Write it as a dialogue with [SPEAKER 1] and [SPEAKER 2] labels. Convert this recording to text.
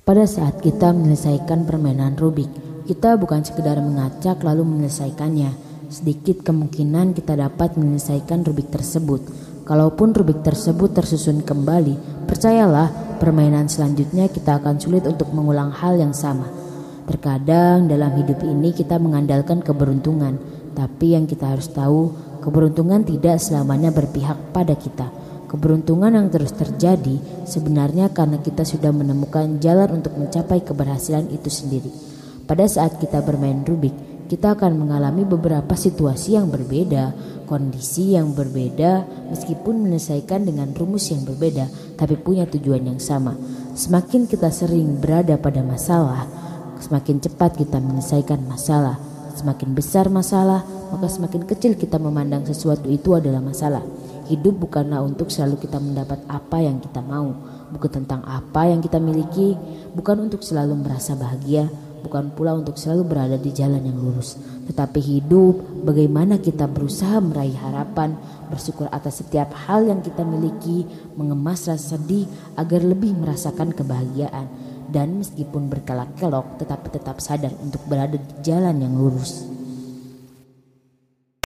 [SPEAKER 1] Pada saat kita menyelesaikan permainan Rubik, kita bukan sekedar mengacak lalu menyelesaikannya. Sedikit kemungkinan kita dapat menyelesaikan Rubik tersebut. Kalaupun Rubik tersebut tersusun kembali, percayalah permainan selanjutnya kita akan sulit untuk mengulang hal yang sama. Terkadang dalam hidup ini kita mengandalkan keberuntungan, tapi yang kita harus tahu, keberuntungan tidak selamanya berpihak pada kita. Keberuntungan yang terus terjadi sebenarnya karena kita sudah menemukan jalan untuk mencapai keberhasilan itu sendiri. Pada saat kita bermain Rubik, kita akan mengalami beberapa situasi yang berbeda, kondisi yang berbeda, meskipun menyelesaikan dengan rumus yang berbeda, tapi punya tujuan yang sama. Semakin kita sering berada pada masalah, semakin cepat kita menyelesaikan masalah. Semakin besar masalah, maka semakin kecil kita memandang sesuatu itu adalah masalah. Hidup bukanlah untuk selalu kita mendapat apa yang kita mau, bukan tentang apa yang kita miliki, bukan untuk selalu merasa bahagia, bukan pula untuk selalu berada di jalan yang lurus. Tetapi hidup, bagaimana kita berusaha meraih harapan, bersyukur atas setiap hal yang kita miliki, mengemas rasa sedih agar lebih merasakan kebahagiaan. Dan meskipun berkelak-kelok, tetapi tetap sadar untuk berada di jalan yang lurus.